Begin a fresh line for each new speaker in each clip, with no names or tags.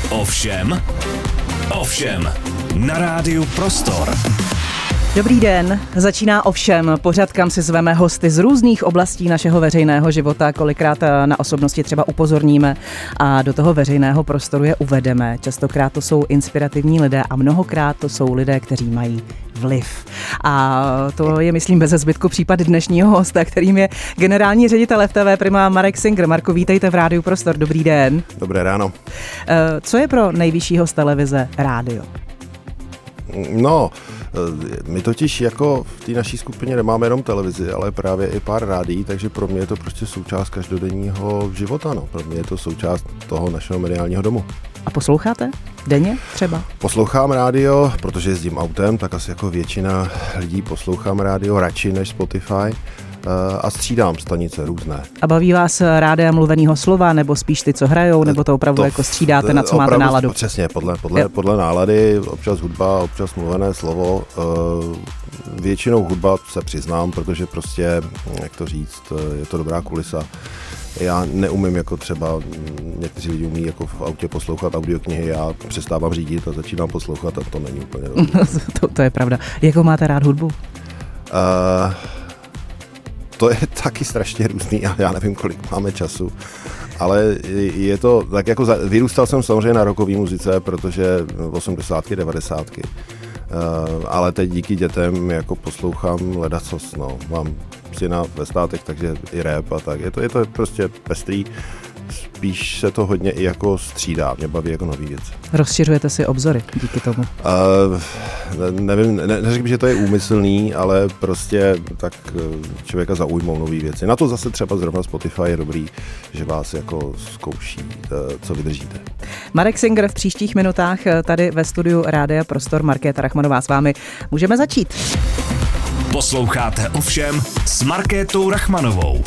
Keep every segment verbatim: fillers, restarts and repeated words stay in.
Ovšem, ovšem, na rádiu Prostor.
Dobrý den, začíná Ovšem, pořad, kam si zveme hosty z různých oblastí našeho veřejného života, kolikrát na osobnosti třeba upozorníme a do toho veřejného prostoru je uvedeme. Častokrát to jsou inspirativní lidé a mnohokrát to jsou lidé, kteří mají vliv. A to je, myslím, beze zbytku případ dnešního hosta, kterým je generální ředitel F T V Prima Marek Singer. Marku, vítejte v rádiu Prostor, dobrý den.
Dobré ráno.
Co je pro nejvyššího z televize rádio?
No, my totiž jako v té naší skupině nemáme jenom televizi, ale právě i pár rádií, takže pro mě je to prostě součást každodenního života, no. Pro mě je to součást toho našeho mediálního domu.
A posloucháte? Denně třeba?
Poslouchám rádio, protože jezdím autem, tak asi jako většina lidí poslouchám rádio radši než Spotify. A střídám stanice různé. A
baví vás rádia mluvenýho slova, nebo spíš ty, co hrajou, nebo to opravdu to, jako střídáte, na co máte náladu?
Přesně, podle, podle, podle nálady, občas hudba, občas mluvené slovo. Většinou hudba se přiznám, protože prostě, jak to říct, je to dobrá kulisa. Já neumím jako třeba, někteří lidi umí jako v autě poslouchat audioknihy, já přestávám řídit a začínám poslouchat a to není úplně dobré.
to, to je pravda. Jakou máte rád hudbu?
Uh, To je taky strašně různý a já nevím, kolik máme času, ale je to tak jako, za, vyrůstal jsem samozřejmě na rockové muzice, protože osmdesátky, devadesátky, uh, ale teď díky dětem jako poslouchám ledacos, no, mám syna ve státech, takže i rap a tak, je to, je to prostě pestrý. Spíš se to hodně i jako střídá, mě baví jako nový věc.
Rozšiřujete si obzory díky tomu?
Uh, ne, nevím, ne, neřekl bych, že to je úmyslný, ale prostě tak člověka zaujmou nový věci. Na to zase třeba zrovna Spotify je dobrý, že vás jako zkouší, co vydržíte.
Marek Singer v příštích minutách tady ve studiu Rádia Prostor. Markéta Rachmanová s vámi. Můžeme začít.
Posloucháte Ovšem s Markétou Rachmanovou.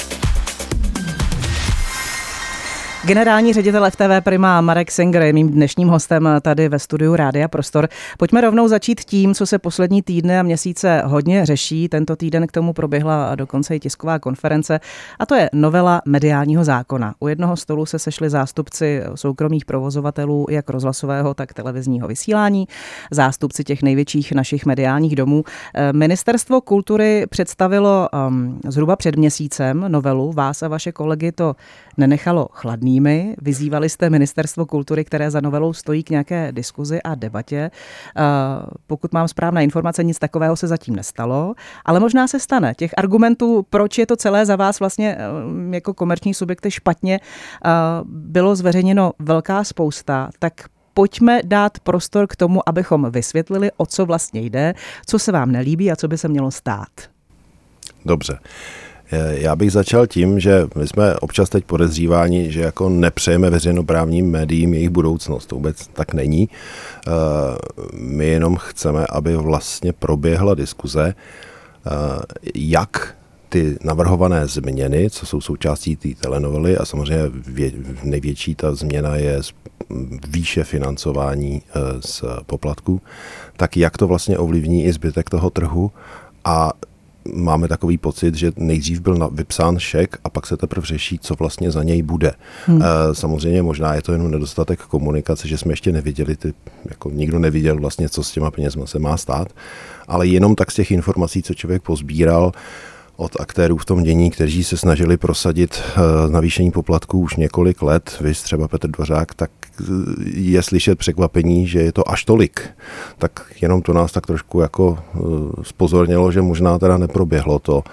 Generální ředitel F T V Prima Marek Singer je mým dnešním hostem tady ve studiu Rádia Prostor. Pojďme rovnou začít tím, co se poslední týdny a měsíce hodně řeší. Tento týden k tomu proběhla dokonce i tisková konference a to je novela mediálního zákona. U jednoho stolu se sešli zástupci soukromých provozovatelů jak rozhlasového, tak televizního vysílání, zástupci těch největších našich mediálních domů. Ministerstvo kultury představilo um, zhruba před měsícem novelu. Vás a vaše kolegy to nenechalo chladný. Vyzývali jste Ministerstvo kultury, které za novelou stojí, k nějaké diskuzi a debatě. Pokud mám správné informace, nic takového se zatím nestalo, ale možná se stane. Těch argumentů, proč je to celé za vás vlastně jako komerční subjekty špatně, bylo zveřejněno velká spousta, tak pojďme dát prostor k tomu, abychom vysvětlili, o co vlastně jde, co se vám nelíbí a co by se mělo stát.
Dobře. Já bych začal tím, že my jsme občas teď podezříváni, že jako nepřejeme veřejnoprávním médiím jejich budoucnost. To vůbec tak není. My jenom chceme, aby vlastně proběhla diskuze, jak ty navrhované změny, co jsou součástí té telenovely, a samozřejmě největší ta změna je výše financování z poplatků, tak jak to vlastně ovlivní i zbytek toho trhu. A máme takový pocit, že nejdřív byl vypsán šek a pak se teprve řeší, co vlastně za něj bude. Hmm. Samozřejmě možná je to jenom nedostatek komunikace, že jsme ještě neviděli, ty, jako nikdo neviděl vlastně, co s těma penězma se má stát, ale jenom tak z těch informací, co člověk pozbíral od aktérů v tom dění, kteří se snažili prosadit navýšení poplatků už několik let, viz třeba Petr Dvořák, tak je slyšet překvapení, že je to až tolik. Tak jenom to nás tak trošku jako zpozornilo, že možná teda neproběhlo to,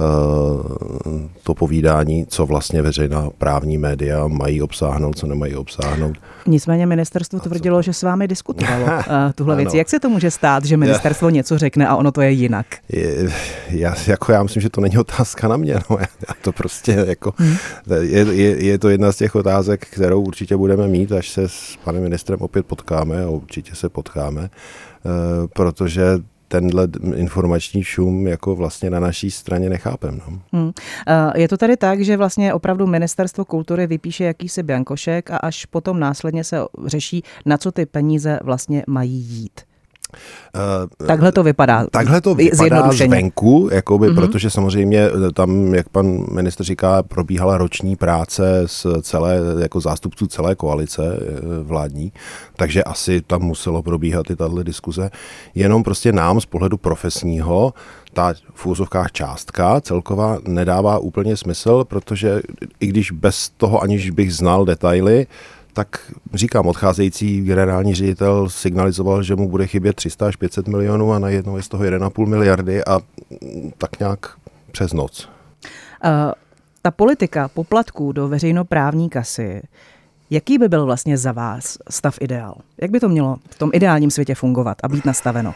to povídání, co vlastně veřejná právní média mají obsáhnout, co nemají obsáhnout.
Nicméně ministerstvo tvrdilo, že s vámi diskutovalo tuhle věc. Jak se to může stát, že ministerstvo něco řekne a ono to je jinak? Je,
já, jako já myslím, že to není otázka na mě. No. Já to prostě jako, hmm. je, je, je to jedna z těch otázek, kterou určitě budeme mít, až se s panem ministrem opět potkáme, a určitě se potkáme, protože tenhle informační šum jako vlastně na naší straně nechápem. No.
Hmm. Je to tady tak, že vlastně opravdu Ministerstvo kultury vypíše jakýsi biankošek a až potom následně se řeší, na co ty peníze vlastně mají jít? Uh, takhle to vypadá.
Takhle to vypadá zvenku, jakoby, mm-hmm. protože samozřejmě tam, jak pan ministr říká, probíhala roční práce s celé, jako zástupců celé koalice vládní, takže asi tam muselo probíhat i tato diskuze. Jenom prostě nám z pohledu profesního ta v úvozovkách částka celková nedává úplně smysl, protože i když bez toho, aniž bych znal detaily, tak říkám, odcházející generální ředitel signalizoval, že mu bude chybět tři sta až pět set milionů a najednou je z toho jedna celá pět miliardy a tak nějak přes noc.
Uh, ta politika poplatků do veřejnoprávní kasy, jaký by byl vlastně za vás stav ideál? Jak by to mělo v tom ideálním světě fungovat a být nastaveno?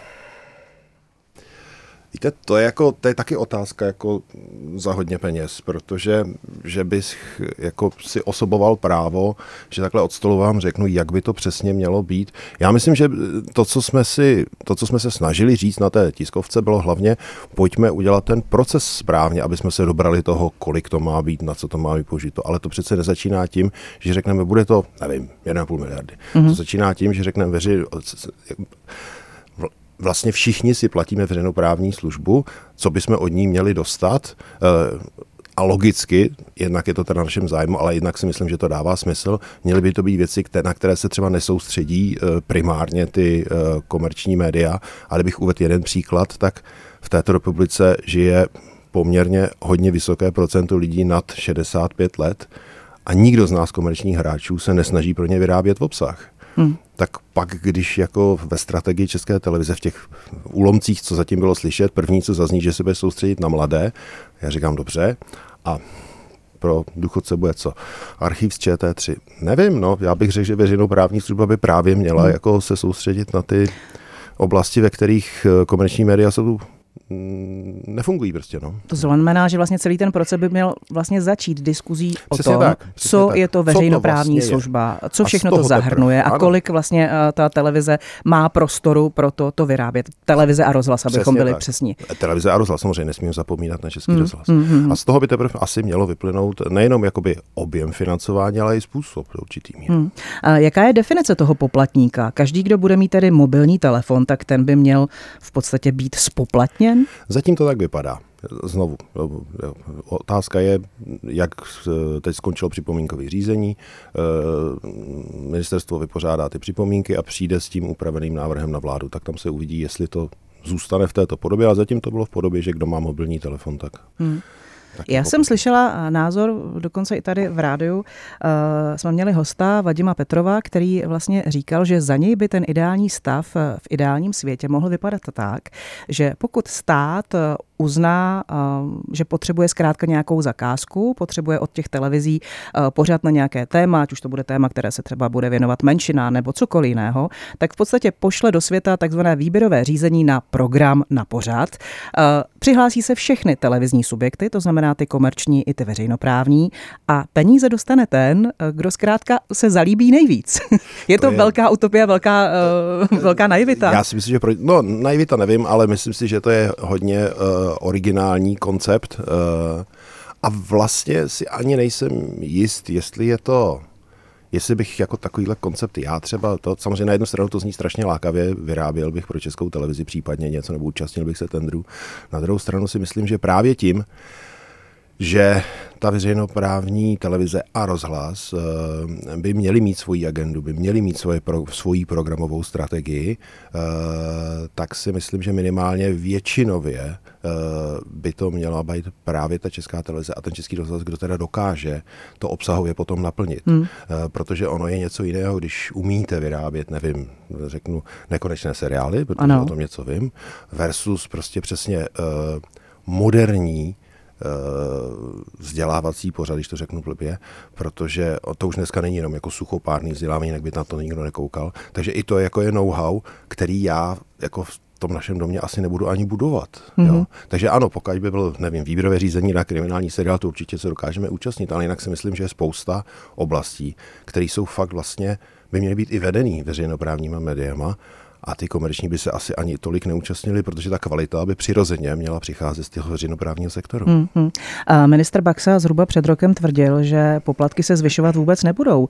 Víte, to je, jako, to je taky otázka jako za hodně peněz, protože že bych jako si osoboval právo, že takhle od stolu vám řeknu, jak by to přesně mělo být. Já myslím, že to, co jsme, si, to, co jsme se snažili říct na té tiskovce, bylo hlavně, pojďme udělat ten proces správně, aby jsme se dobrali toho, kolik to má být, na co to má být použito. Ale to přece nezačíná tím, že řekneme, bude to, nevím, jedna celá pět miliardy. Mm-hmm. To začíná tím, že řekneme veři... Vlastně všichni si platíme veřejnoprávní službu, co bychom od ní měli dostat a logicky, jednak je to teda našem zájmu, ale jednak si myslím, že to dává smysl, měly by to být věci, na které se třeba nesoustředí primárně ty komerční média, ale kdybych uvedl jeden příklad, tak v této republice žije poměrně hodně vysoké procento lidí nad šedesát pět let a nikdo z nás komerčních hráčů se nesnaží pro ně vyrábět obsah. Hmm. Tak pak, když jako ve strategii České televize v těch úlomcích, co zatím bylo slyšet, první, co zazní, že se bude soustředit na mladé, já říkám dobře, a pro důchodce bude co? Archiv z Č T tři. Nevím, no, já bych řekl, že veřejnoprávní služba by právě měla hmm. jako se soustředit na ty oblasti, ve kterých komerční média jsou nefungují prostě, no.
To znamená, že vlastně celý ten proces by měl vlastně začít diskuzí
přesně
o tom,
tak,
co
tak.
je to veřejnoprávní
vlastně
služba, je. co všechno to zahrnuje teprve. A kolik vlastně uh, ta televize má prostoru pro to, to vyrábět. Televize a rozhlas, abychom přesně byli tak. přesní.
Televize a rozhlas, samozřejmě nesmím zapomínat na Český mm, rozhlas. Mm, mm. A z toho by teprve asi mělo vyplynout nejenom jakoby objem financování, ale i způsob do určitý míry. Mm.
A jaká je definice toho poplatníka? Každý, kdo bude mít tedy mobilní telefon, tak ten by měl v podstatě být spoplatněn?
Zatím to tak vypadá. Znovu, otázka je, jak teď skončilo připomínkové řízení, ministerstvo vypořádá ty připomínky a přijde s tím upraveným návrhem na vládu, tak tam se uvidí, jestli to zůstane v této podobě, ale zatím to bylo v podobě, že kdo má mobilní telefon, tak... Hmm.
Já jsem slyšela názor, dokonce i tady v rádiu, uh, jsme měli hosta Vadima Petrova, který vlastně říkal, že za něj by ten ideální stav v ideálním světě mohl vypadat tak, že pokud stát uzná, že potřebuje zkrátka nějakou zakázku, potřebuje od těch televizí pořád na nějaké téma, ať už to bude téma, které se třeba bude věnovat menšina nebo cokoliv jiného, tak v podstatě pošle do světa takzvané výběrové řízení na program na pořad. Přihlásí se všechny televizní subjekty, to znamená ty komerční i ty veřejnoprávní, a peníze dostane ten, kdo zkrátka se zalíbí nejvíc. je to, to je... velká utopie, velká, uh, velká naivita.
Já si myslím, že pro... no naivita nevím, ale myslím si, že to je hodně uh, originální koncept uh, a vlastně si ani nejsem jist, jestli je to, jestli bych jako takovýhle koncept já třeba, to samozřejmě na jednu stranu to zní strašně lákavě, vyráběl bych pro Českou televizi případně něco nebo účastnil bych se tendru. Na druhou stranu si myslím, že právě tím, že ta veřejnoprávní televize a rozhlas by měly mít svoji agendu, by měly mít svoje pro, svoji programovou strategii, tak si myslím, že minimálně většinově by to měla být právě ta Česká televize a ten Český rozhlas, kdo teda dokáže to obsahově potom naplnit. Hmm. Protože ono je něco jiného, když umíte vyrábět, nevím, řeknu, nekonečné seriály, protože ano. o tom něco vím, versus prostě přesně moderní vzdělávací pořad, když to řeknu blbě, protože to už dneska není jenom jako suchopárný vzdělávání, jinak by na to nikdo nekoukal. Takže i to jako je know-how, který já jako v tom našem domě asi nebudu ani budovat. Mm-hmm. Jo? Takže ano, pokud by byl, nevím, výběrové řízení na kriminální seriál, to určitě se dokážeme účastnit, ale jinak si myslím, že je spousta oblastí, které jsou fakt vlastně, by měly být i vedený veřejnoprávníma médiama a ty komerční by se asi ani tolik neúčastnili, protože ta kvalita by přirozeně měla přicházet z toho veřejnoprávního sektoru.
Mm-hmm. A ministr Baxa zhruba před rokem tvrdil, že poplatky se zvyšovat vůbec nebudou.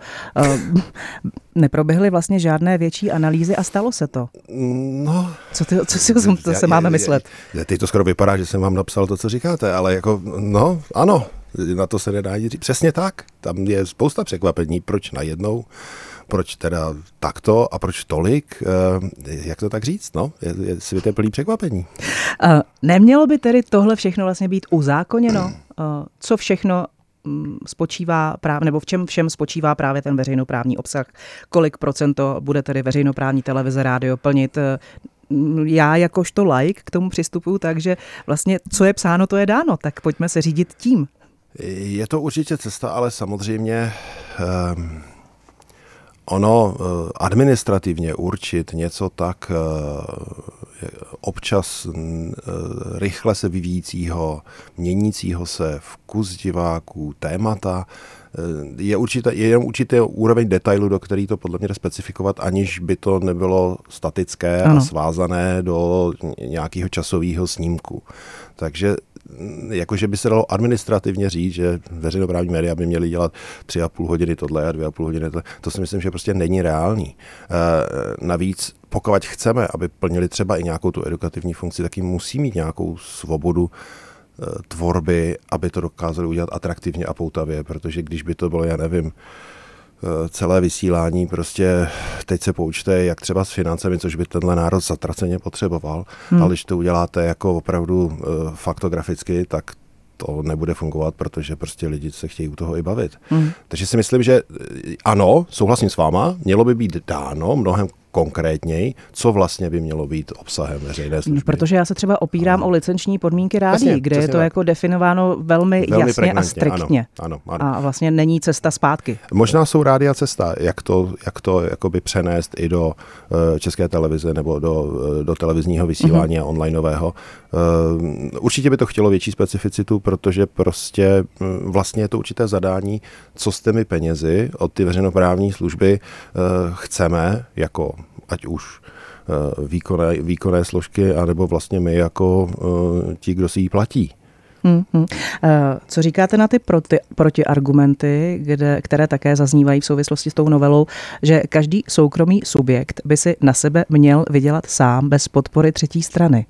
Neproběhly vlastně žádné větší analýzy a stalo se to.
No,
co, ty, co si to se máme myslet?
Teď to skoro vypadá, že jsem vám napsal to, co říkáte, ale jako, no, ano, na to se nedá říct. Přesně tak. Tam je spousta překvapení, proč najednou, proč teda takto a proč tolik, jak to tak říct, no, je, je svět je plný překvapení.
Nemělo by tedy tohle všechno vlastně být uzákoněno? Co všechno spočívá právě, nebo v čem všem spočívá právě ten veřejnoprávní obsah? Kolik procento bude tedy veřejnoprávní televize, rádio plnit? Já jakožto laik k tomu přistupuju, takže vlastně co je psáno, to je dáno, tak pojďme se řídit tím.
Je to určitě cesta, ale samozřejmě um, ono uh, administrativně určit něco tak uh, občas uh, rychle se vyvíjícího, měnícího se vkus diváků, témata, je, určitě, je jenom určitý úroveň detailu, do který to podle mě jde specifikovat, aniž by to nebylo statické ano. a svázané do nějakého časového snímku. Takže jakože by se dalo administrativně říct, že veřejnoprávní média by měly dělat tři a půl hodiny tohle a dvě a půl hodiny tohle. To si myslím, že prostě není reálný. E, navíc, pokud chceme, aby plnili třeba i nějakou tu edukativní funkci, tak jim musí mít nějakou svobodu tvorby, aby to dokázali udělat atraktivně a poutavě, protože když by to bylo, já nevím, celé vysílání, prostě teď se poučte, jak třeba s financemi, což by tenhle národ zatraceně potřeboval, hmm. ale když to uděláte jako opravdu faktograficky, tak to nebude fungovat, protože prostě lidi se chtějí u toho i bavit. Hmm. Takže si myslím, že ano, souhlasím s váma, mělo by být dáno mnohem konkrétněji, co vlastně by mělo být obsahem veřejné služby.
Protože já se třeba opírám ano. o licenční podmínky rádií, přesně, kde přesně je to tak. jako definováno velmi, velmi jasně a striktně.
Ano, ano, ano.
A vlastně není cesta zpátky.
Možná jsou rádia cesta, jak to, jak to jakoby přenést i do uh, České televize nebo do, uh, do televizního vysílání uh-huh. a onlineového. Uh, určitě by to chtělo větší specificitu, protože prostě uh, vlastně je to určité zadání, co s těmi penězi od ty veřejnoprávní služby uh, chceme jako ať už uh, výkonné, výkonné složky, anebo vlastně my jako uh, ti, kdo si ji platí.
Hmm, hmm. Uh, co říkáte na ty proti, protiargumenty, kde, které také zaznívají v souvislosti s tou novelou, že každý soukromý subjekt by si na sebe měl vydělat sám bez podpory třetí strany?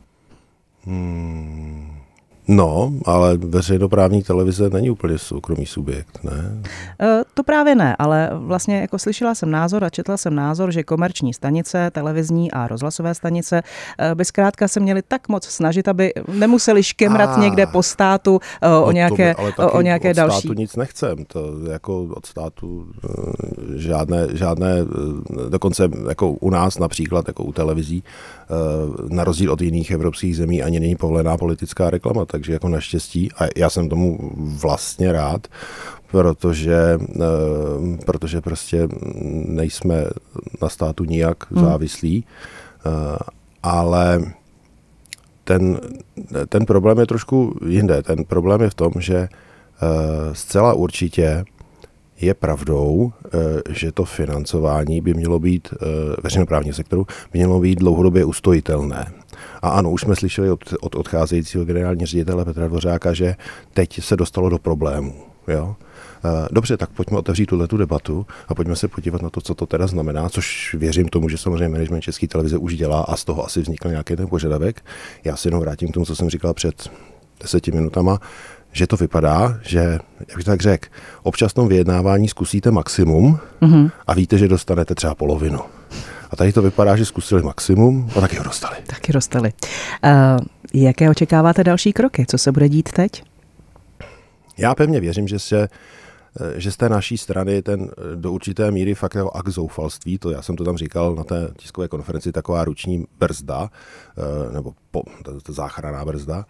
Hmm. No, ale veřejnoprávní televize není úplně soukromý subjekt, ne?
E, to právě ne, ale vlastně jako slyšela jsem názor a četla jsem názor, že komerční stanice, televizní a rozhlasové stanice by zkrátka se měly tak moc snažit, aby nemuseli škemrat a, někde po státu o, o nějaké,
to,
o nějaké
od
další.
Od státu nic nechcem, to jako od státu žádné, žádné, dokonce jako u nás například, jako u televizí, na rozdíl od jiných evropských zemí ani není povolená politická reklama, takže jako naštěstí, a já jsem tomu vlastně rád, protože, protože prostě nejsme na státu nijak závislí, ale ten, ten problém je trošku jinde. Ten problém je v tom, že zcela určitě je pravdou, že to financování by mělo být veřejnoprávního sektoru, by mělo být dlouhodobě ustojitelné. A ano, už jsme slyšeli od, od odcházejícího generálního ředitele Petra Dvořáka, že teď se dostalo do problémů. Jo? Dobře, tak pojďme otevřít tuhletu debatu a pojďme se podívat na to, co to teda znamená, což věřím tomu, že samozřejmě management České televize už dělá a z toho asi vznikl nějaký ten požadavek. Já si jenom vrátím k tomu, co jsem říkal před deseti minutama, že to vypadá, že, jak bych tak řekl, občas v tom vyjednávání zkusíte maximum mm-hmm. a víte, že dostanete třeba polovinu. A tady to vypadá, že zkusili maximum a taky ho dostali.
Taky dostali. Uh, jaké očekáváte další kroky? Co se bude dít teď?
Já pevně věřím, že se že z té naší strany ten do určité míry fakt jako akt zoufalství, to já jsem to tam říkal na té tiskové konferenci, taková ruční brzda, nebo po, to záchranná brzda,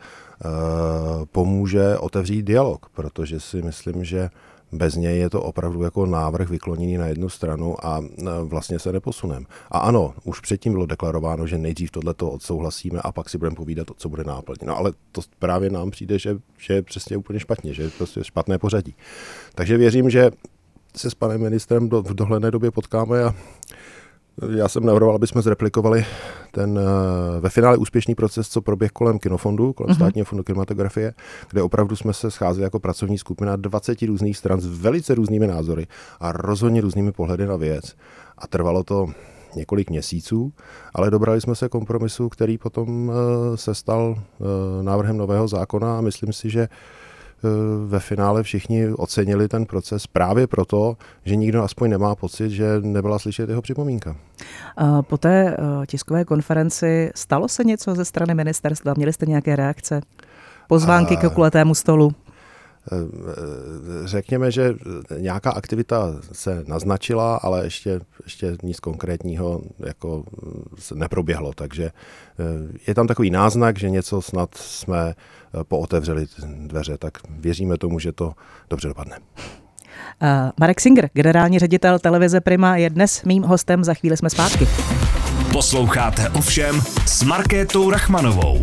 pomůže otevřít dialog, protože si myslím, že bez něj je to opravdu jako návrh vykloněný na jednu stranu a vlastně se neposunem. A ano, už předtím bylo deklarováno, že nejdřív tohleto odsouhlasíme a pak si budeme povídat, co bude náplň. No ale to právě nám přijde, že, že je přesně úplně špatně, že je prostě špatné pořadí. Takže věřím, že se s panem ministrem do, v dohledné době potkáme a Já jsem navrhoval, aby jsme zreplikovali ten ve finále úspěšný proces, co proběh kolem Kinofondu, kolem uh-huh. Státního fondu kinematografie, kde opravdu jsme se scházeli jako pracovní skupina dvacet různých stran s velice různými názory a rozhodně různými pohledy na věc. A trvalo to několik měsíců, ale dobrali jsme se kompromisu, který potom se stal návrhem nového zákona a myslím si, že ve finále všichni ocenili ten proces právě proto, že nikdo aspoň nemá pocit, že nebyla slyšet jeho připomínka.
Po té tiskové konferenci stalo se něco ze strany ministerstva? Měli jste nějaké reakce? Pozvánky k kulatému stolu?
Řekněme, že nějaká aktivita se naznačila, ale ještě, ještě nic konkrétního jako se neproběhlo. Takže je tam takový náznak, že něco snad jsme pootevřeli dveře, tak věříme tomu, že to dobře dopadne.
Uh, Marek Singer, generální ředitel televize Prima, je dnes mým hostem. Za chvíli jsme zpátky.
Posloucháte Ovšem s Markétou Rachmanovou.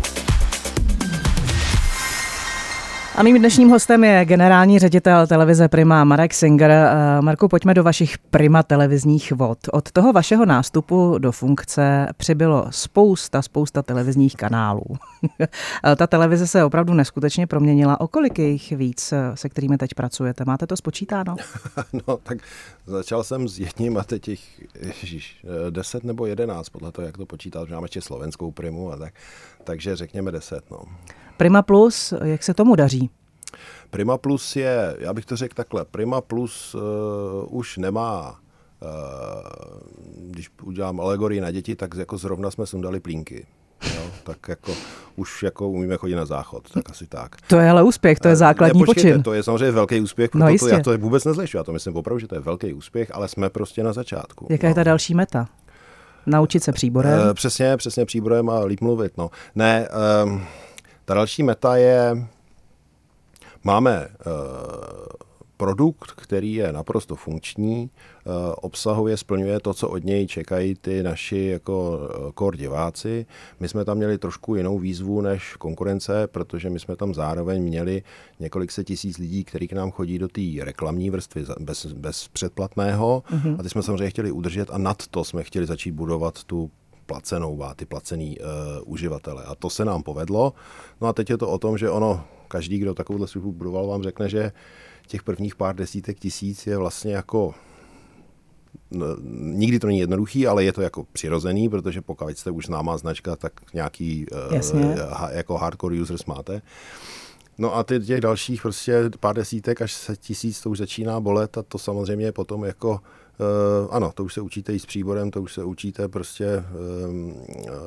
A mým dnešním hostem je generální ředitel televize Prima Marek Singer. Marku, pojďme do vašich Prima televizních vod. Od toho vašeho nástupu do funkce přibylo spousta, spousta televizních kanálů. Ta televize se opravdu neskutečně proměnila. O kolik je jich víc, se kterými teď pracujete? Máte to spočítáno?
No, tak začal jsem s jedním a teď jich ježiš, deset nebo jedenáct, podle toho, jak to počítat. Máme ještě slovenskou Primu, a tak, takže řekněme deset, no.
Prima Plus, jak se tomu daří?
Prima Plus je, já bych to řekl takhle, Prima Plus uh, už nemá, uh, když udělám alegorii na děti, tak jako zrovna jsme sundali plínky. Jo? Tak jako už jako umíme chodit na záchod, tak asi tak.
To je ale úspěch, to je základní
ne, počkejte,
počin.
To je samozřejmě velký úspěch, proto
no
to, já to vůbec nezlešuji, já to myslím opravdu, že to je velký úspěch, ale jsme prostě na začátku.
Jaká
no.
je ta další meta? Naučit se příborem?
Uh, přesně, přesně příborem a líp mluvit. No. Ne, um, ta další meta je, máme uh, produkt, který je naprosto funkční, uh, obsahuje, splňuje to, co od něj čekají ty naši jako uh, core diváci. My jsme tam měli trošku jinou výzvu než konkurence, protože my jsme tam zároveň měli několik set tisíc lidí, kteří k nám chodí do té reklamní vrstvy bez, bez předplatného mm-hmm. a ty jsme samozřejmě chtěli udržet a nad to jsme chtěli začít budovat tu placenou, ty placený uh, uživatele. A to se nám povedlo. No a teď je to o tom, že ono, každý, kdo takovouhle službu budoval, vám řekne, že těch prvních pár desítek tisíc je vlastně jako, no, nikdy to není jednoduchý, ale je to jako přirozený, protože pokud jste už známá značka, tak nějaký uh, jako hardcore users máte. No a ty těch dalších prostě pár desítek až set tisíc to už začíná bolet a to samozřejmě potom jako Uh, ano, to už se učíte i s příborem, to už se učíte prostě um,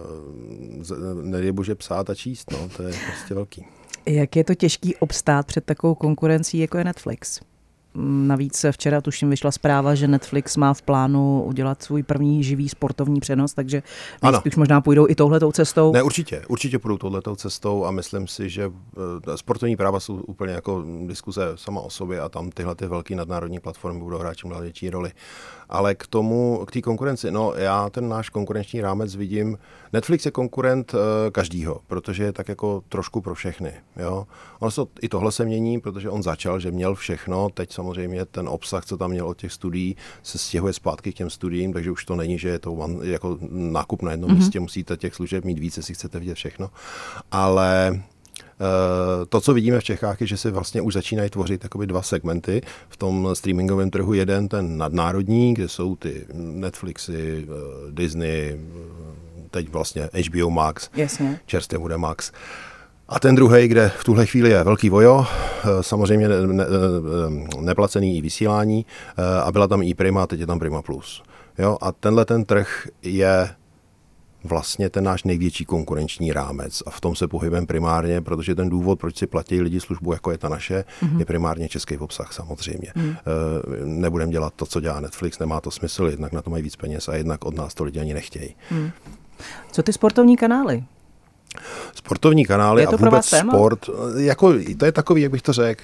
uh, nedej bože psát a číst, no, to je prostě velký.
Jak je to těžký obstát před takovou konkurencí, jako je Netflix? Navíc včera tuším vyšla zpráva, že Netflix má v plánu udělat svůj první živý sportovní přenos, takže už možná půjdou i touhletou cestou.
Ne, určitě, určitě půjdou touhletou cestou a myslím si, že uh, sportovní práva jsou úplně jako diskuze sama o sobě a tam tyhle ty velké nadnárodní platformy budou hrát čím dál větší roli. Ale k tomu, k té konkurenci, no já ten náš konkurenční rámec vidím, Netflix je konkurent uh, každýho, protože je tak jako trošku pro všechny, jo. Ono se, i tohle se mění, protože on začal, že měl všechno, teď samozřejmě ten obsah, co tam měl od těch studií, se stěhuje zpátky k těm studiím, takže už to není, že je to one, jako nákup na jednom mm-hmm. místě, musíte těch služeb mít víc, jestli chcete vidět všechno, ale to, co vidíme v Čechách, je, že se vlastně už začínají tvořit takoby dva segmenty v tom streamingovém trhu. Jeden ten nadnárodní, kde jsou ty Netflixy, Disney, teď vlastně H B O Max,
jasně.
Čerstvě bude Max. A ten druhý, kde v tuhle chvíli je velký vojo, samozřejmě ne, ne, neplacený i vysílání a byla tam i Prima, a teď je tam Prima Plus. Jo? A tenhle ten trh je vlastně ten náš největší konkurenční rámec a v tom se pohybujeme primárně, protože ten důvod, proč si platí lidi službu, jako je ta naše, mm-hmm. je primárně český obsah samozřejmě. Mm. Nebudeme dělat to, co dělá Netflix, nemá to smysl, jednak na to mají víc peněz a jednak od nás to lidi ani nechtějí. Mm.
Co ty sportovní kanály?
Sportovní kanály a vůbec sport, jako, to je takový, jak bych to řekl,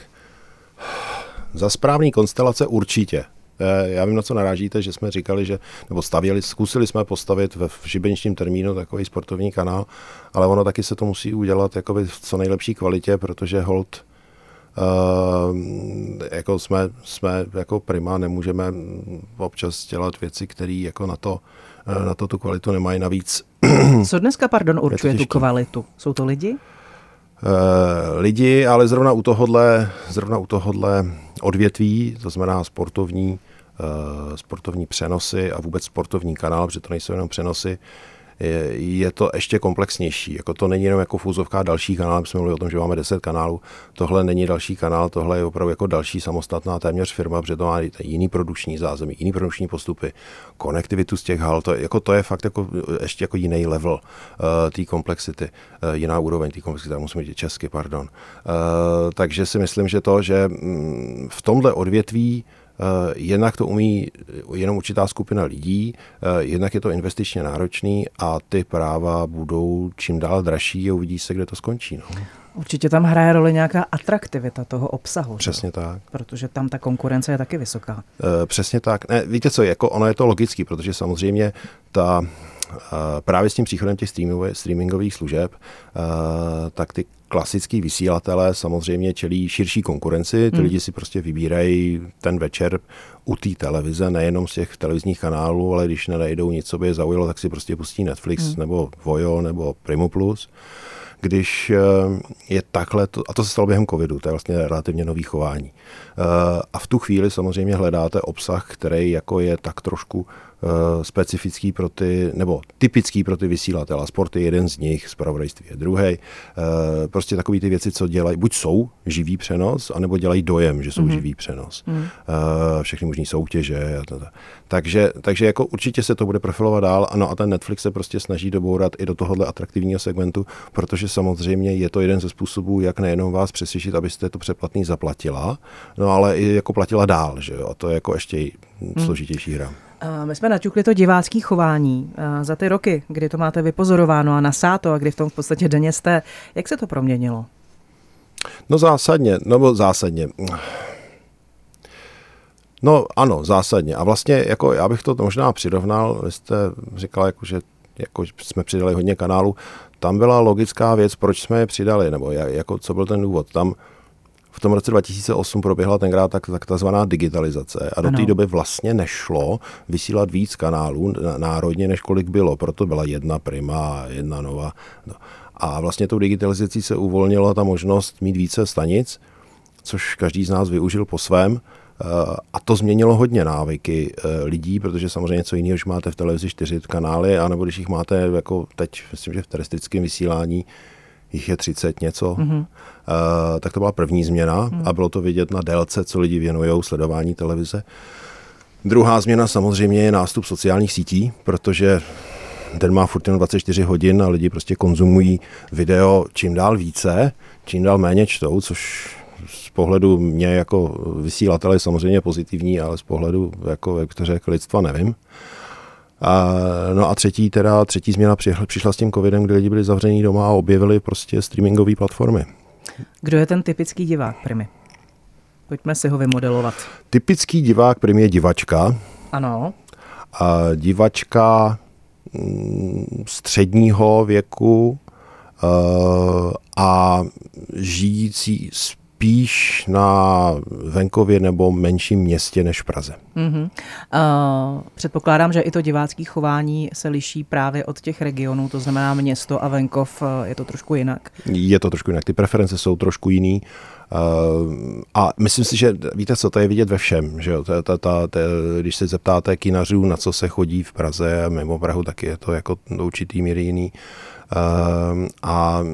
za správný konstelace určitě. Já vím, na co narážíte, že jsme říkali, že, nebo stavěli, zkusili jsme postavit ve šibeničním termínu takový sportovní kanál, ale ono taky se to musí udělat jakoby v co nejlepší kvalitě, protože hold Uh, jako jsme, jsme jako Prima nemůžeme občas dělat věci, které jako na to, na to tu kvalitu nemají navíc.
Co dneska, pardon, určuje tu kvalitu? Jsou to lidi?
Uh, lidi, ale zrovna u tohodle, zrovna u tohodle odvětví, to znamená sportovní, uh, sportovní přenosy a vůbec sportovní kanál, protože to nejsou jenom přenosy, je to ještě komplexnější. Jako to není jenom jako fúzovka další kanál, my jsme mluvili o tom, že máme deset kanálů. Tohle není další kanál, tohle je opravdu jako další samostatná téměř firma, protože to má jiný produkční zázemí, jiný produkční postupy, konektivitu z těch hal, to, jako to je fakt jako ještě jako jiný level uh, té komplexity, uh, jiná úroveň té komplexity, musím říct česky, pardon. Uh, takže si myslím, že to, že mm, v tomhle odvětví Uh, jednak to umí jenom určitá skupina lidí, uh, jednak je to investičně náročný a ty práva budou čím dál dražší a uvidí se, kde to skončí. No.
Určitě tam hraje roli nějaká atraktivita toho obsahu.
Přesně
že?
tak.
Protože tam ta konkurence je taky vysoká.
Uh, přesně tak. Ne, víte co, jako ono je to logický, protože samozřejmě ta uh, právě s tím příchodem těch streamingových služeb, uh, tak ty klasický vysílatelé samozřejmě čelí širší konkurenci, ty hmm. lidi si prostě vybírají ten večer u té televize, nejenom z těch televizních kanálů, ale když nenajdou nic, co by je zaujalo, tak si prostě pustí Netflix hmm. nebo Vojo nebo Primu Plus. Když je takhle, to, a to se stalo během covidu, to je vlastně relativně nový chování. A v tu chvíli samozřejmě hledáte obsah, který jako je tak trošku specifický pro ty, nebo typický pro ty vysílatele. Sport je jeden z nich, zpravodajství je druhý. Prostě takový ty věci, co dělají, buď jsou živý přenos, anebo dělají dojem, že jsou mm-hmm. živý přenos. Mm. Všechny možný soutěže. A to. Takže, takže jako určitě se to bude profilovat dál. Ano, a ten Netflix se prostě snaží dobourat i do tohohle atraktivního segmentu, protože samozřejmě je to jeden ze způsobů, jak nejenom vás přesvědčit, abyste to předplatný zaplatila, no ale i jako platila dál, že jo? A to je jako ještě složitější hra.
My jsme naťukli to divácké chování za ty roky, kdy to máte vypozorováno a nasáto a kdy v tom v podstatě denně jste. Jak se to proměnilo?
No zásadně, nebo zásadně. No ano, zásadně. A vlastně jako já bych to možná přirovnal, vy jste říkal, jako, že jako jsme přidali hodně kanálů. Tam byla logická věc, proč jsme je přidali, nebo jako, co byl ten důvod. Tam v tom roce dva tisíce osm proběhla tenkrát tak, tak takzvaná digitalizace a do té doby vlastně nešlo vysílat víc kanálů národně, než kolik bylo. Proto byla jedna Prima, jedna Nova. No. A vlastně tou digitalizací se uvolnila ta možnost mít více stanic, což každý z nás využil po svém. A to změnilo hodně návyky lidí, protože samozřejmě co jiného, když máte v televizi čtyři kanály, anebo když jich máte jako teď, myslím, že v terestrickém vysílání jich je třicet něco, mm-hmm. uh, tak to byla první změna mm. a bylo to vidět na délce, co lidi věnujou sledování televize. Druhá změna samozřejmě je nástup sociálních sítí, protože den má furt jen dvacet čtyři hodin a lidi prostě konzumují video čím dál více, čím dál méně čtou, což z pohledu mě jako vysílatele je samozřejmě pozitivní, ale z pohledu, jako jak to řekl, lidstva nevím. A, no a třetí, teda, třetí změna přišla s tím covidem, kdy lidi byli zavření doma a objevili prostě streamingové platformy.
Kdo je ten typický divák Primy? Pojďme si ho vymodelovat.
Typický divák Primy je divačka.
Ano.
A divačka mm, středního věku uh, a žijící spíš na venkově nebo menším městě než v Praze.
Mm-hmm. Uh, předpokládám, že i to divácké chování se liší právě od těch regionů, to znamená město a venkov, uh, je to trošku jinak.
Je to trošku jinak, ty preference jsou trošku jiný. Uh, a myslím si, že víte co, to je vidět ve všem, že jo? Ta, ta, ta, ta, když se zeptáte kinařů, na co se chodí v Praze a mimo Prahu, tak je to jako do určitý míry jiný. Uh, a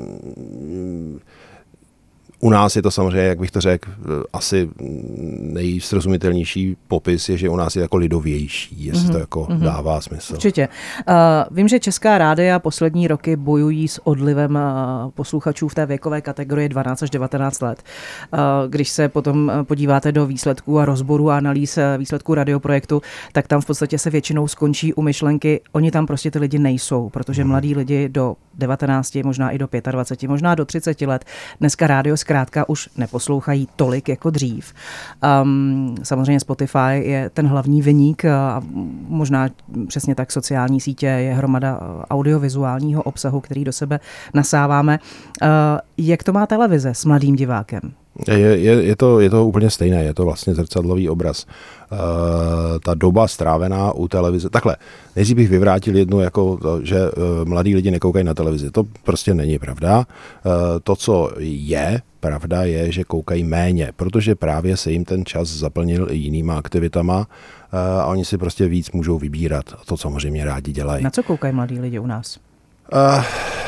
u nás je to samozřejmě, jak bych to řekl, asi nejsrozumitelnější popis je, že u nás je jako lidovější, jestli mm-hmm. to jako mm-hmm. dává smysl.
Určitě. Uh, vím, že česká rádia poslední roky bojují s odlivem uh, posluchačů v té věkové kategorii dvanáct až devatenáct let. Uh, když se potom podíváte do výsledků a rozborů a analýz výsledků radioprojektu, tak tam v podstatě se většinou skončí u myšlenky, oni tam prostě ty lidi nejsou, protože mm. mladí lidi do devatenácti, možná i do dvaceti pěti, možná do třiceti let dneska rádio zkrátka už neposlouchají tolik jako dřív. Um, samozřejmě Spotify je ten hlavní viník a možná přesně tak sociální sítě je hromada audiovizuálního obsahu, který do sebe nasáváme. Uh, jak to má televize s mladým divákem?
Je, je, je, to, je to úplně stejné, je to vlastně zrcadlový obraz. Uh, ta doba strávená u televize. Takhle, nejdřív bych vyvrátil jednu, jako to, že uh, mladí lidi nekoukají na televizi. To prostě není pravda. Uh, to, co je pravda, je, že koukají méně, protože právě se jim ten čas zaplnil i jinýma aktivitama uh, a oni si prostě víc můžou vybírat. A to samozřejmě rádi dělají.
Na co koukají mladí lidi u nás?
Uh,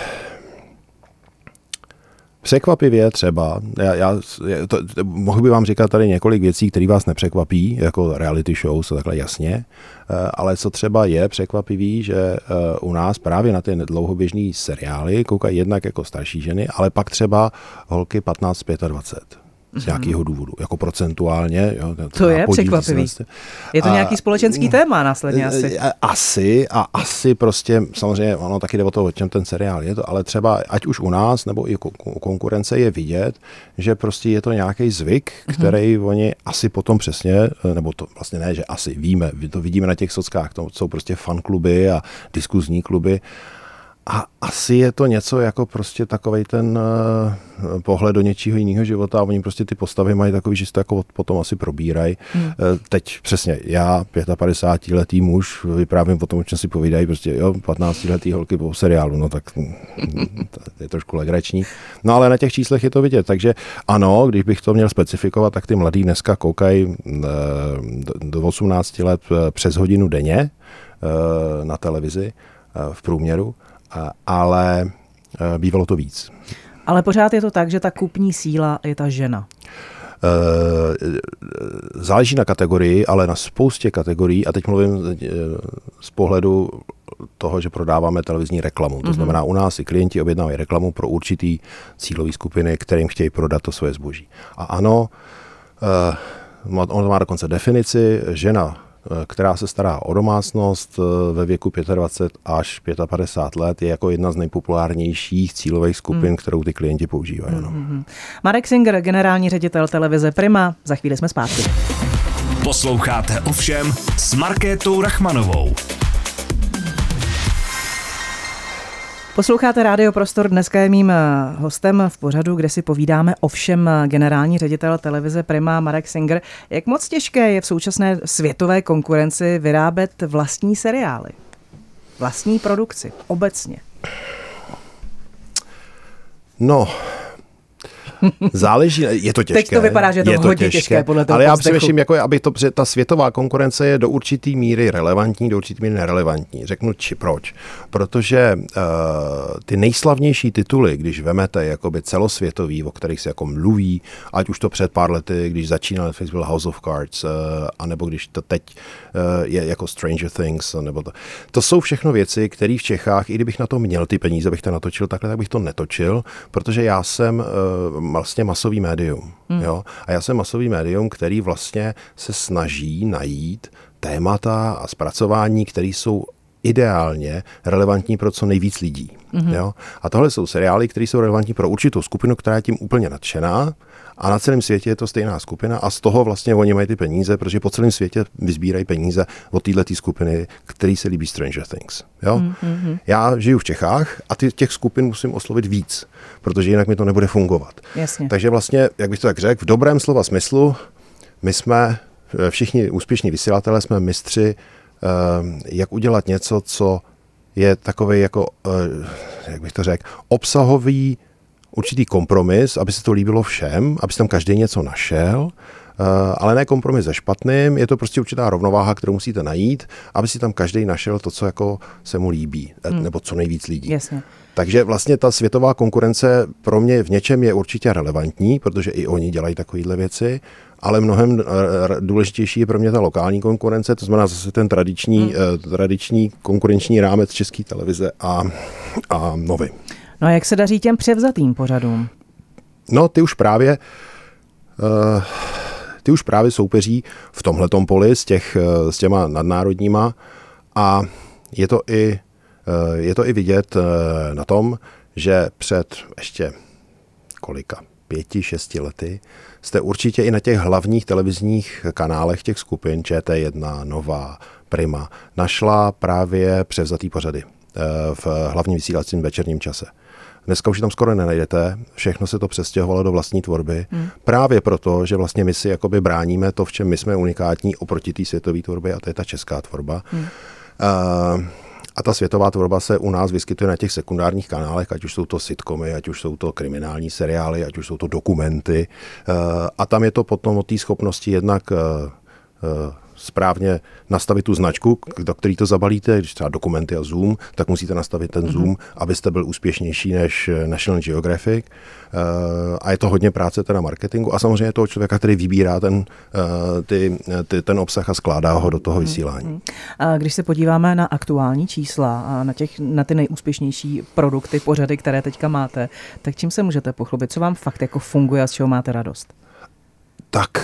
Překvapivě třeba, já, já to, to, mohl bych vám říkat tady několik věcí, které vás nepřekvapí, jako reality shows, takhle jasně, ale co třeba je překvapivý, že u nás právě na ty dlouhoběžný seriály koukají jednak jako starší ženy, ale pak třeba holky patnáct dvacet pět. Z nějakého důvodu, jako procentuálně. Jo, to
to je překvapivý. Je to a, nějaký společenský téma následně asi.
Asi a asi prostě, samozřejmě ono taky jde o to, o čem ten seriál je to, ale třeba ať už u nás, nebo i u konkurence je vidět, že prostě je to nějaký zvyk, který mm-hmm. oni asi potom přesně, nebo to vlastně ne, že asi víme, to vidíme na těch sockách, to jsou prostě fankluby a diskuzní kluby. A asi je to něco jako prostě takovej ten uh, pohled do něčího jiného života a oni prostě ty postavy mají takový, že si to jako potom asi probírají. Hmm. Uh, teď přesně, já pětapadesátiletý muž, vyprávím o tom, o čem si povídají, prostě jo, patnáctiletý holky po seriálu, no tak to je trošku legrační. No ale na těch číslech je to vidět, takže ano, když bych to měl specifikovat, tak ty mladí dneska koukají uh, do, do osmnácti let uh, přes hodinu denně uh, na televizi uh, v průměru. Ale bývalo to víc.
Ale pořád je to tak, že ta kupní síla je ta žena.
Záleží na kategorii, ale na spoustě kategorií, a teď mluvím z pohledu toho, že prodáváme televizní reklamu. To znamená, u nás i klienti objednávají reklamu pro určitý cílový skupiny, kterým chtějí prodat to svoje zboží. A ano, ono má dokonce definici, žena, která se stará o domácnost ve věku dvacet pět až padesát pět let, je jako jedna z nejpopulárnějších cílových skupin, hmm. kterou ty klienti používají. No.
Hmm. Marek Singer, generální ředitel televize Prima. Za chvíli jsme zpátky.
Posloucháte Ovšem s Markétou Rachmanovou.
Posloucháte Rádio Prostor, dneska je mým hostem v pořadu, kde si povídáme ovšem generální ředitel televize Prima Marek Singer. Jak moc těžké je v současné světové konkurenci vyrábět vlastní seriály? Vlastní produkci, obecně?
No, záleží, je to těžké.
Teď to vypadá, že je to, je to hodně těžké, těžké podle toho
ale já
povzdechu.
přemýšlím, jako aby to, že ta světová konkurence je do určitý míry relevantní, do určitý míry nerelevantní. Řeknu či proč. Protože uh, ty nejslavnější tituly, když vemete jakoby celosvětový, o kterých se jako mluví, ať už to před pár lety, když začínal Netflix, byl House of Cards, uh, anebo když to teď uh, je jako Stranger Things, nebo to. To jsou všechno věci, které v Čechách, i kdybych na to měl ty peníze, bych to natočil takhle, tak bych to netočil, protože já jsem uh, vlastně masový médium. Hmm. Jo? A já jsem masový médium, který vlastně se snaží najít témata a zpracování, které jsou ideálně relevantní pro co nejvíc lidí. Mm-hmm. Jo? A tohle jsou seriály, které jsou relevantní pro určitou skupinu, která je tím úplně nadšená, a na celém světě je to stejná skupina a z toho vlastně oni mají ty peníze, protože po celém světě vyzbírají peníze od této skupiny, který se líbí Stranger Things. Jo? Mm-hmm. Já žiju v Čechách a ty, těch skupin musím oslovit víc, protože jinak mi to nebude fungovat.
Jasně.
Takže vlastně, jak bych to tak řekl, v dobrém slova smyslu, my jsme všichni úspěšní vysílatelé, jsme mistři, jak udělat něco, co je takovej jako, jak bych to řekl, obsahový určitý kompromis, aby se to líbilo všem, aby se tam každý něco našel, ale ne kompromis se špatným, je to prostě určitá rovnováha, kterou musíte najít, aby si tam každý našel to, co jako se mu líbí, hmm. nebo co nejvíc lidí.
Jasně.
Takže vlastně ta světová konkurence pro mě v něčem je určitě relevantní, protože i oni dělají takovéhle věci, ale mnohem důležitější je pro mě ta lokální konkurence, to znamená zase ten tradiční, hmm. tradiční konkurenční rámec České televize a, a Novy.
No a jak se daří těm převzatým pořadům?
No, ty už právě uh, ty už právě soupeří v tomhletom poli s, těch, s těma nadnárodníma a je to i, uh, je to i vidět uh, na tom, že před ještě kolika, pěti, šesti lety jste určitě i na těch hlavních televizních kanálech těch skupin Č T jedna, Nova, Prima našla právě převzatý pořady. v hlavním vysílacím večerním čase. Dneska už tam skoro nenajdete, všechno se to přestěhovalo do vlastní tvorby, hmm. právě proto, že vlastně my si jakoby bráníme to, v čem my jsme unikátní oproti té světové tvorbě, a to je ta česká tvorba. Hmm. Uh, A ta světová tvorba se u nás vyskytuje na těch sekundárních kanálech, ať už jsou to sitcomy, ať už jsou to kriminální seriály, ať už jsou to dokumenty. A tam je to potom o té schopnosti jednak správně nastavit tu značku, do který to zabalíte, když třeba dokumenty a Zoom, tak musíte nastavit ten mm-hmm. Zoom, abyste byl úspěšnější než National Geographic. A je to hodně práce teda marketingu a samozřejmě toho člověka, který vybírá ten, ty, ty, ten obsah a skládá ho do toho vysílání.
A když se podíváme na aktuální čísla a na, těch, na ty nejúspěšnější produkty, pořady, které teďka máte, tak čím se můžete pochlubit? Co vám fakt jako funguje a z čeho máte radost?
Tak...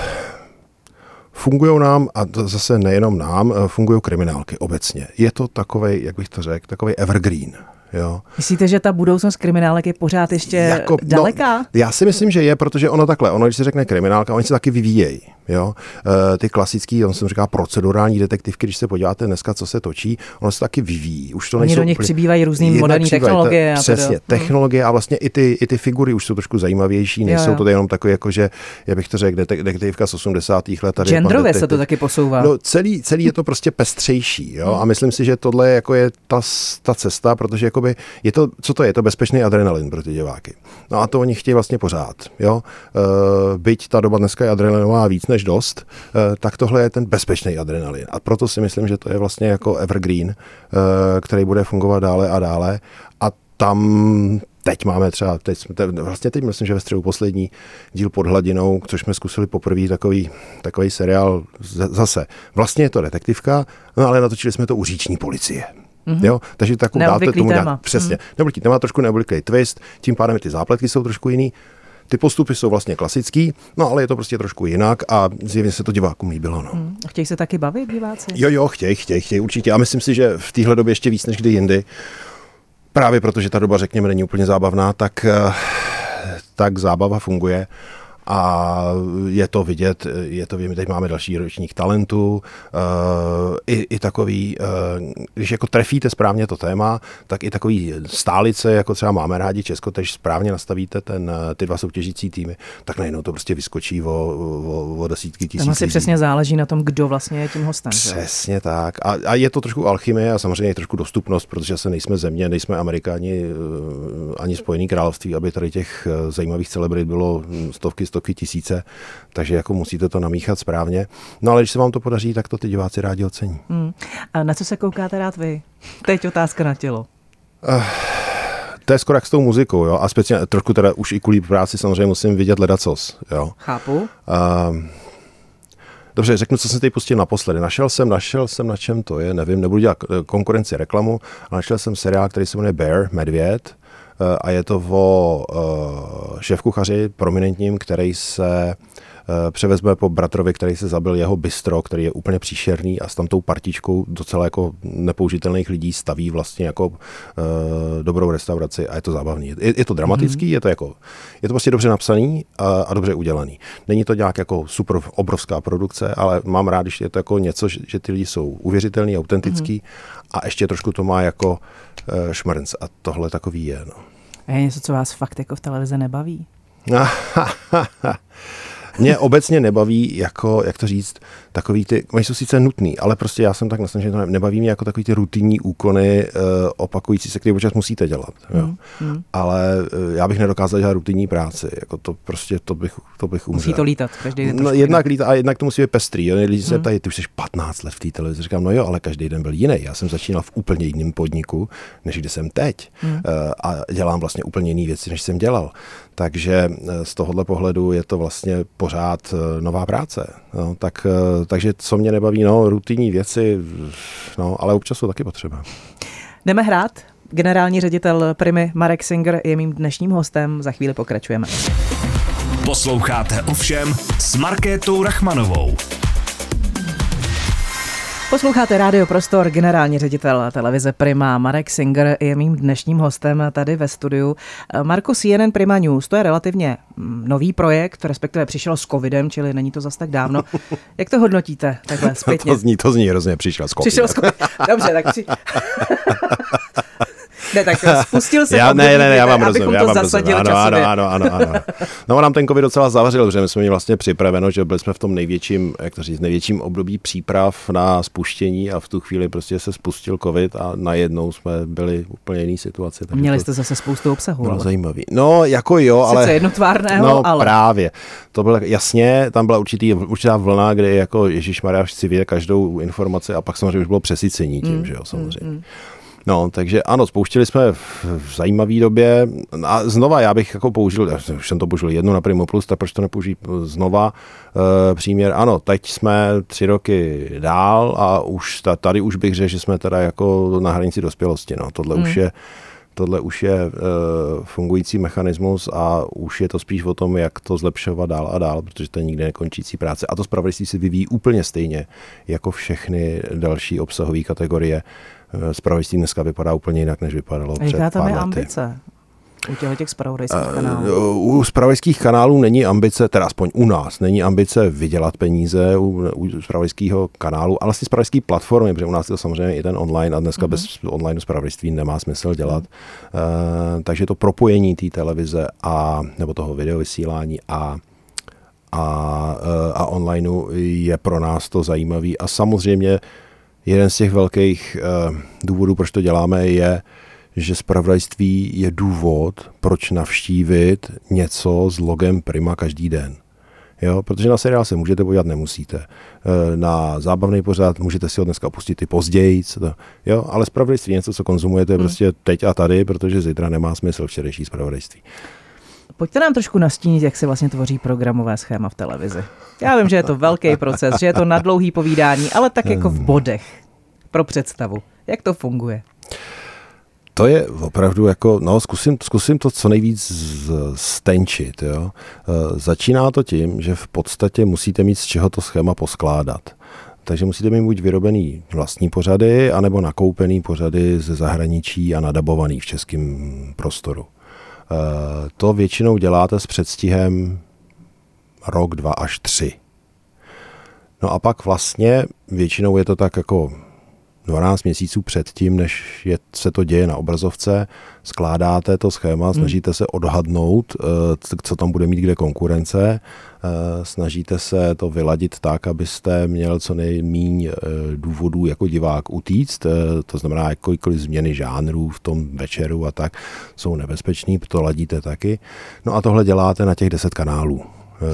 Fungují nám, a to zase nejenom nám, fungují kriminálky obecně. Je to takovej, jak bych to řekl, takovej evergreen. Jo.
Myslíte, že ta budoucnost kriminálek je pořád ještě jako, daleká?
No, já si myslím, že je, protože ono takhle, ono, když se řekne kriminálka, oni se taky vyvíjejí. Jo? E, ty klasický, on jsem říká procedurální detektivky, když se podíváte dneska, co se točí, ono se taky vyvíjí. Už to
oni do nich úplně, přibývají různý moderní technologie.
Ta, přesně, technologie a vlastně i ty, i ty figury už jsou trošku zajímavější, nejsou to jenom takové, jako, že, jak bych to řekl, detektivka z osmdesátých let.
Genderově se to taky posouvá.
No, celý, celý je to prostě pestřejší. Jo? A myslím si, že tohle je, jako je ta, ta cesta, protože jakoby je to, co to je? Je to bezpečný adrenalin pro ty diváky. No a to oni chtějí vlastně pořád. Jo? E, byť ta doba dneska je adrenalinová víc než dost, e, tak tohle je ten bezpečný adrenalin. A proto si myslím, že to je vlastně jako evergreen, e, který bude fungovat dále a dále. A tam teď máme třeba, teď jsme, vlastně teď myslím, že ve středu poslední díl Pod hladinou, což jsme zkusili poprvé takový, takový seriál zase. Vlastně je to detektivka, no ale natočili jsme to u říční policie. Mm-hmm. Jo, takže takovou dáte tomu dát, přesně. Mm. Neobvyklý téma, trošku neobvyklý twist, tím pádem ty zápletky jsou trošku jiný. Ty postupy jsou vlastně klasický, no ale je to prostě trošku jinak a zjevně se to divákům líbilo. No.
Mm. Chtějí se taky bavit diváci?
Jo, jo, chtějí, chtějí, chtějí určitě. A myslím si, že v téhle době ještě víc než kdy jindy, právě protože ta doba, řekněme, není úplně zábavná, tak, tak zábava funguje. A je to vidět, je to vidět, teď máme další ročník Talentu, uh, i, i takový, uh, když jako trefíte správně to téma, tak i takový stálice, jako třeba máme rádi Česko, tež správně nastavíte ten, ty dva soutěžící týmy, tak najednou to prostě vyskočí o, o, o desítky tisíc.
Tam asi přesně záleží na tom, kdo vlastně je tím hostem.
Přesně že? Tak. A, a je to trošku alchymie a samozřejmě je trošku dostupnost, protože se nejsme země, nejsme Amerika ani, ani Spojený království, aby tady těch zajímavých celebrit bylo stovky, stovky tisíce, takže jako musíte to namíchat správně. No ale když se vám to podaří, tak to ty diváci rádi ocení. Hmm.
A na co se koukáte rád vy? Teď otázka na tělo.
Uh, to je skoro jak s tou muzikou, jo? A speciálně trošku teda už i kvůli práci samozřejmě musím vidět ledacos, jo?
Chápu.
Uh, Dobře, řeknu, co jsem teď pustil naposledy. Našel jsem, našel jsem, na čem to je, nevím, nebudu dělat konkurenci reklamu, ale našel jsem seriál, který se jmenuje Bear, Medvěd, a je to o uh, šéfkuchaři prominentním, který se uh, převezme po bratrovi, který se zabil jeho bistro, který je úplně příšerný a s tam tou partičkou docela jako nepoužitelných lidí staví vlastně jako uh, dobrou restauraci a je to zábavný. Je, je to dramatický, mm-hmm. je to jako, je to prostě dobře napsaný a, a dobře udělaný. Není to nějak jako super obrovská produkce, ale mám rád, když je to jako něco, že, že ty lidi jsou uvěřitelný, autentický mm-hmm. a ještě trošku to má jako uh, šmrnc a tohle takový je, no.
A je něco, co vás fakt jako v televizi nebaví?
Mě obecně nebaví, jako, jak to říct, takový ty, oni jsou sice nutný, ale prostě já jsem tak nastaven, že to nebaví mě jako takový ty rutinní úkony uh, opakující se, které občas musíte dělat. Jo. Mm, mm. Ale uh, já bych nedokázal dělat rutinní práci, jako to prostě, to bych, to bych umřel.
Musí to lítat každý den.
No, jednak lítá a jednak to musí být pestrý. Jo. Lidi se mm. ptají, ty už jsi patnáct let v té televizi. Říkám, no jo, ale každý den byl jiný. Já jsem začínal v úplně jiném podniku, než kde jsem teď. Mm. Uh, a dělám vlastně úplně jiné věci, než jsem dělal. Takže z tohohle pohledu je to vlastně pořád nová práce. No, tak, takže co mě nebaví, no, rutinní věci, no, ale občas jsou taky potřeba.
Jdeme hrát. Generální ředitel Primy Marek Singer je mým dnešním hostem. Za chvíli pokračujeme.
Posloucháte Ovšem s Markétou Rachmanovou.
Posloucháte Rádio Prostor, generální ředitel televize Prima Marek Singer je mým dnešním hostem tady ve studiu. Marko, C N N Prima News, to je relativně nový projekt, respektive přišel s covidem, čili není to zas tak dávno. Jak to hodnotíte takhle zpětně?
to, zní, to zní hrozně, přišel s covidem.
Přišel s covidem. Dobře, tak při... Ne, tak spustil se
já, ne, ne, ne, já vám rozumím,
abychom
já
to
vám
zasadili
rozumím. Ano,
časově.
ano, ano, ano, ano. No, nám ten covid docela zavařil, protože my jsme měli vlastně připraveno, že byli jsme v tom největším, jak to říct, největším období příprav na spuštění a v tu chvíli prostě se spustil covid a najednou jsme byli v úplně jiný situaci.
Měli jste zase spoustu obsahu.
Bylo zajímavý. No, jako jo,
Sice
ale...
jednotvárného,
no,
ale...
právě. To bylo jasně, tam byla určitý, určitá vlna, kde jako ježišmarja chci vědět každou informaci a pak samozřejmě už bylo přesycení tím, mm, že jo, samozřejmě. Mm, mm. No, takže ano, spouštili jsme v, v zajímavé době a znova já bych jako použil, já už jsem to použil jednou na Primu Plus, tak proč to nepoužít znova e, příměr, ano, teď jsme tři roky dál a už tady už bych řekl, že jsme teda jako na hranici dospělosti, no, tohle hmm. už je Tohle už je e, fungující mechanismus a už je to spíš o tom, jak to zlepšovat dál a dál, protože to je nikdy nekončící práce. A to zpravodajství se vyvíjí úplně stejně jako všechny další obsahové kategorie. Zpravodajství dneska vypadá úplně jinak, než vypadalo před pár lety. Jaká tam je ambice?
U těch, těch zpravodajských kanálů?
U zpravodajských kanálů není ambice, teda aspoň u nás, není ambice vydělat peníze u, u zpravodajského kanálu, ale vlastně zpravodajské platformy, protože u nás je to samozřejmě i ten online a dneska mm-hmm. bez online zpravodajství nemá smysl dělat. Mm. Uh, takže to propojení té televize a nebo toho videovysílání a a, a onlineu je pro nás to zajímavý. A samozřejmě jeden z těch velkých uh, důvodů, proč to děláme, je, že zpravodajství je důvod, proč navštívit něco s logem Prima každý den. Jo, protože na seriál se můžete podívat, nemusíte. Na zábavný pořad můžete si ho dneska opustit i později. Jo, ale zpravodajství je něco, co konzumujete hmm. prostě teď a tady, protože zítra nemá smysl včerejší zpravodajství.
Pojďte nám trošku nastínit, jak se vlastně tvoří programové schéma v televizi. Já vím, že je to velký proces, že je to na dlouhý povídání, ale tak jako v bodech pro představu. Jak to funguje?
To je opravdu jako, no zkusím, zkusím to co nejvíc stenčit. Jo. Začíná to tím, že v podstatě musíte mít z čeho to schéma poskládat. Takže musíte mít buď vyrobený vlastní pořady, anebo nakoupený pořady ze zahraničí a nadabovaný v českém prostoru. To většinou děláte s předstihem rok, dva až tři. No a pak vlastně většinou je to tak jako dvanáct měsíců předtím, než je, se to děje na obrazovce, skládáte to schéma, snažíte se odhadnout, co tam bude mít kde konkurence, snažíte se to vyladit tak, abyste měl co nejméně důvodů jako divák utíct, to znamená jakkoliv změny žánrů v tom večeru a tak jsou nebezpečný, to ladíte taky. No a tohle děláte na těch deset kanálů.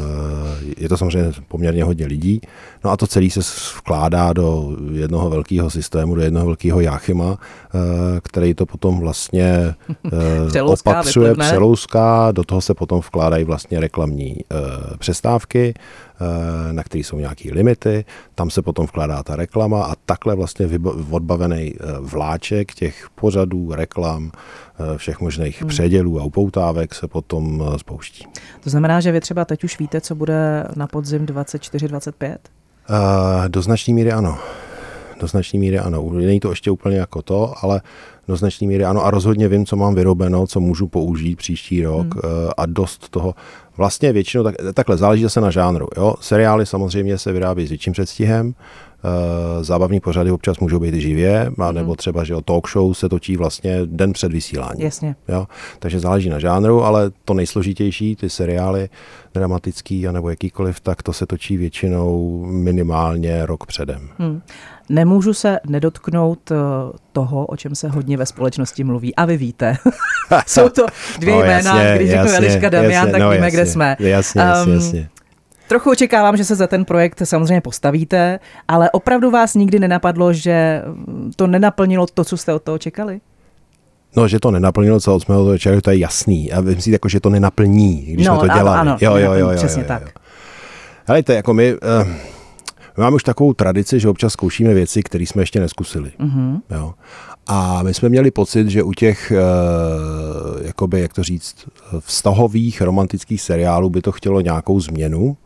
Je to samozřejmě poměrně hodně lidí. No a to celé se vkládá do jednoho velkého systému, do jednoho velkého jáchyma, který to potom vlastně opatřuje, přelouská, do toho se potom vkládají vlastně reklamní přestávky, na které jsou nějaké limity, tam se potom vkládá ta reklama a takhle vlastně odbavený vláček těch pořadů, reklam, všech možných hmm. předělů a upoutávek se potom spouští.
To znamená, že vy třeba teď už víte, co bude na podzim dvacet čtyři dvacet pět?
Uh, do značné míry ano. Do značné míry ano. Není to ještě úplně jako to, ale do značné míry ano. A rozhodně vím, co mám vyrobeno, co můžu použít příští rok hmm. uh, a dost toho. Vlastně většinou, tak, takhle záleží zase na žánru. Jo? Seriály samozřejmě se vyrábí s větším předstihem, uh, zábavní pořady občas můžou být i živě, a nebo třeba, že talk show se točí vlastně den před vysíláním.
Jasně.
Jo? Takže záleží na žánru, ale to nejsložitější, ty seriály dramatický anebo jakýkoliv, tak to se točí většinou minimálně rok předem. Hmm.
Nemůžu se nedotknout toho, o čem se hodně ve společnosti mluví. A vy víte. Jsou to dvě no, jména, jasně, když řeknu Eliška Damian, tak no, víme, jasně, kde jsme.
Jasně, jasně, um, jasně.
Trochu očekávám, že se za ten projekt samozřejmě postavíte, ale opravdu vás nikdy nenapadlo, že to nenaplnilo to, co jste od toho čekali?
No, že to nenaplnilo, co jsme od toho čekali, to je jasný. A myslím si, jako, že to nenaplní, když
no,
jsme to dělali.
Ano,
jo,
ano,
jo, jo, jo,
přesně
jo,
tak.
Jo. Helejte, jako my... Uh, My máme už takovou tradici, že občas zkoušíme věci, které jsme ještě neskusili. Mm-hmm. Jo. A my jsme měli pocit, že u těch, uh, jakoby, jak to říct, vztahových romantických seriálů by to chtělo nějakou změnu.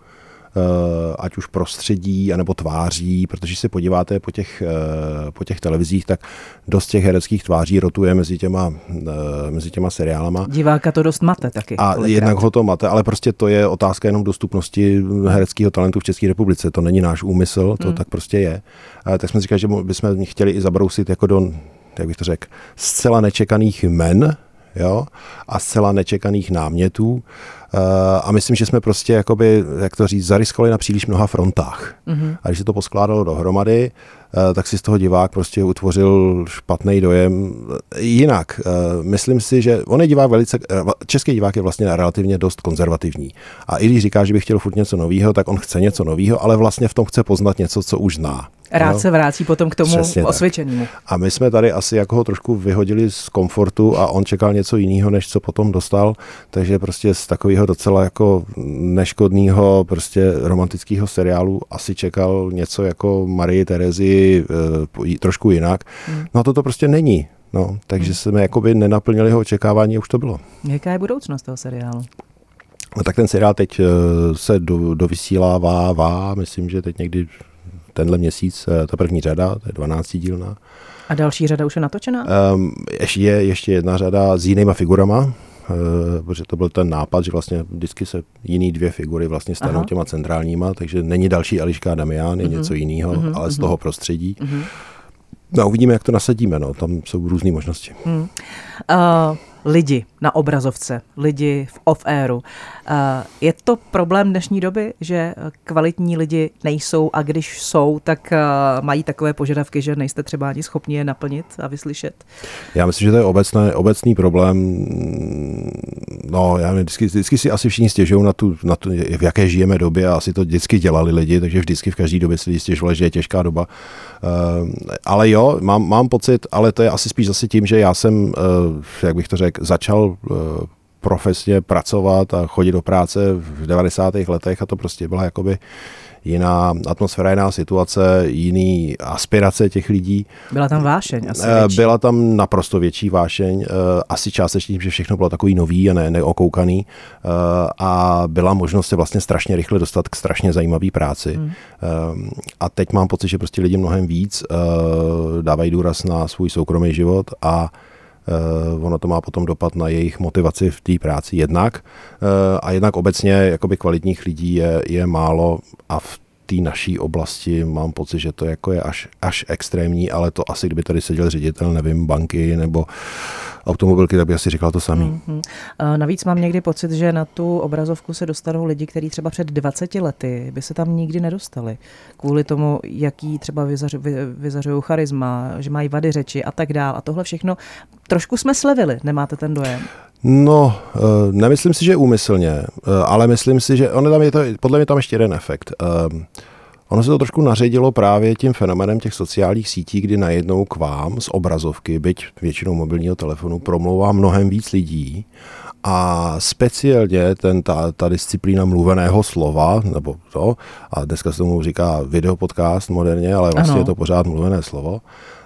ať už prostředí, anebo tváří, protože si podíváte po těch, po těch televizích, tak dost těch hereckých tváří rotuje mezi těma, mezi těma seriálama.
Diváka to dost mate taky.
A kolikrát. Jednak ho to mate, ale prostě to je otázka jenom dostupnosti hereckého talentu v České republice. To není náš úmysl, to hmm. tak prostě je. A tak jsme říkali, že bychom chtěli i zabrousit jako do, jak bych to řekl, zcela nečekaných jmen, jo, a zcela nečekaných námětů. Uh, a myslím, že jsme prostě, jakoby, jak to říct, zariskovali na příliš mnoha frontách. Mm-hmm. A když se to poskládalo dohromady, uh, tak si z toho divák prostě utvořil špatný dojem. Jinak, uh, myslím si, že on je divák velice, uh, český divák je vlastně relativně dost konzervativní. A i když říká, že by chtěl furt něco novýho, tak on chce něco novýho, ale vlastně v tom chce poznat něco, co už zná.
Rád no. se vrátí potom k tomu přesně osvědčenému.
A my jsme tady asi jako ho trošku vyhodili z komfortu a on čekal něco jiného, než co potom dostal, takže prostě z takového docela jako neškodného prostě romantického seriálu asi čekal něco jako Marii Terezii e, trošku jinak. Hmm. No a to to prostě není. No, takže hmm. jsme jakoby nenaplnili jeho očekávání a už to bylo.
Jaká je budoucnost toho seriálu?
No, tak ten seriál teď se do, dovysílává, vá, myslím, že teď někdy tenhle měsíc, ta první řada, to je dvanáctidílná.
A další řada už je natočená?
Um, je ještě jedna řada s jinýma figurama, uh, protože to byl ten nápad, že vlastně vždycky se jiný dvě figury vlastně stanou Aha. těma centrálníma, takže není další Eliška a Damián, je uh-huh. něco jiného, uh-huh. ale z toho prostředí. Uh-huh. No uvidíme, jak to nasadíme, no, tam jsou různé možnosti. Uh-huh.
Uh... Lidi na obrazovce, lidi v off-airu. Je to problém dnešní doby, že kvalitní lidi nejsou a když jsou, tak mají takové požadavky, že nejste třeba ani schopni je naplnit a vyslyšet?
Já myslím, že to je obecné, obecný problém. No, já nevím, vždycky, vždycky si asi všichni stěžují na tu, na tu, v jaké žijeme době a asi to vždycky dělali lidi, takže vždycky v každé době si lidi stěžovali, že je těžká doba. Uh, ale jo, mám, mám pocit, ale to je asi spíš zase tím, že já jsem, uh, jak bych to řekl, začal uh, profesně pracovat a chodit do práce v devadesátých letech a to prostě byla jakoby jiná atmosféra, jiná situace, jiný aspirace těch lidí.
Byla tam vášeň asi větší.
Byla tam naprosto větší vášeň, asi částečně tím, že všechno bylo takový nový a ne, neokoukaný a byla možnost se vlastně strašně rychle dostat k strašně zajímavé práci. Hmm. A teď mám pocit, že prostě lidi mnohem víc dávají důraz na svůj soukromý život a Uh, ono to má potom dopad na jejich motivaci v té práci jednak. Uh, a jednak obecně jakoby kvalitních lidí je, je málo a v té naší oblasti mám pocit, že to jako je až, až extrémní, ale to asi, kdyby tady seděl ředitel, nevím, banky nebo automobilky, tak by asi říkal to samý. Mm-hmm.
Uh, navíc mám někdy pocit, že na tu obrazovku se dostanou lidi, kteří třeba před dvaceti lety by se tam nikdy nedostali. Kvůli tomu, jaký třeba vyzař, vy, vyzařují charisma, že mají vady řeči a tak dál. A tohle všechno trošku jsme slevili, nemáte ten dojem?
No, nemyslím si, že úmyslně, ale myslím si, že ono tam je to, podle mě tam ještě jeden efekt. Ono se to trošku naředilo právě tím fenomenem těch sociálních sítí, kdy najednou k vám z obrazovky, byť většinou mobilního telefonu, promlouvá mnohem víc lidí a speciálně ten, ta, ta disciplína mluveného slova, nebo to, a dneska se tomu říká videopodcast moderně, ale vlastně ano. je to pořád mluvené slovo,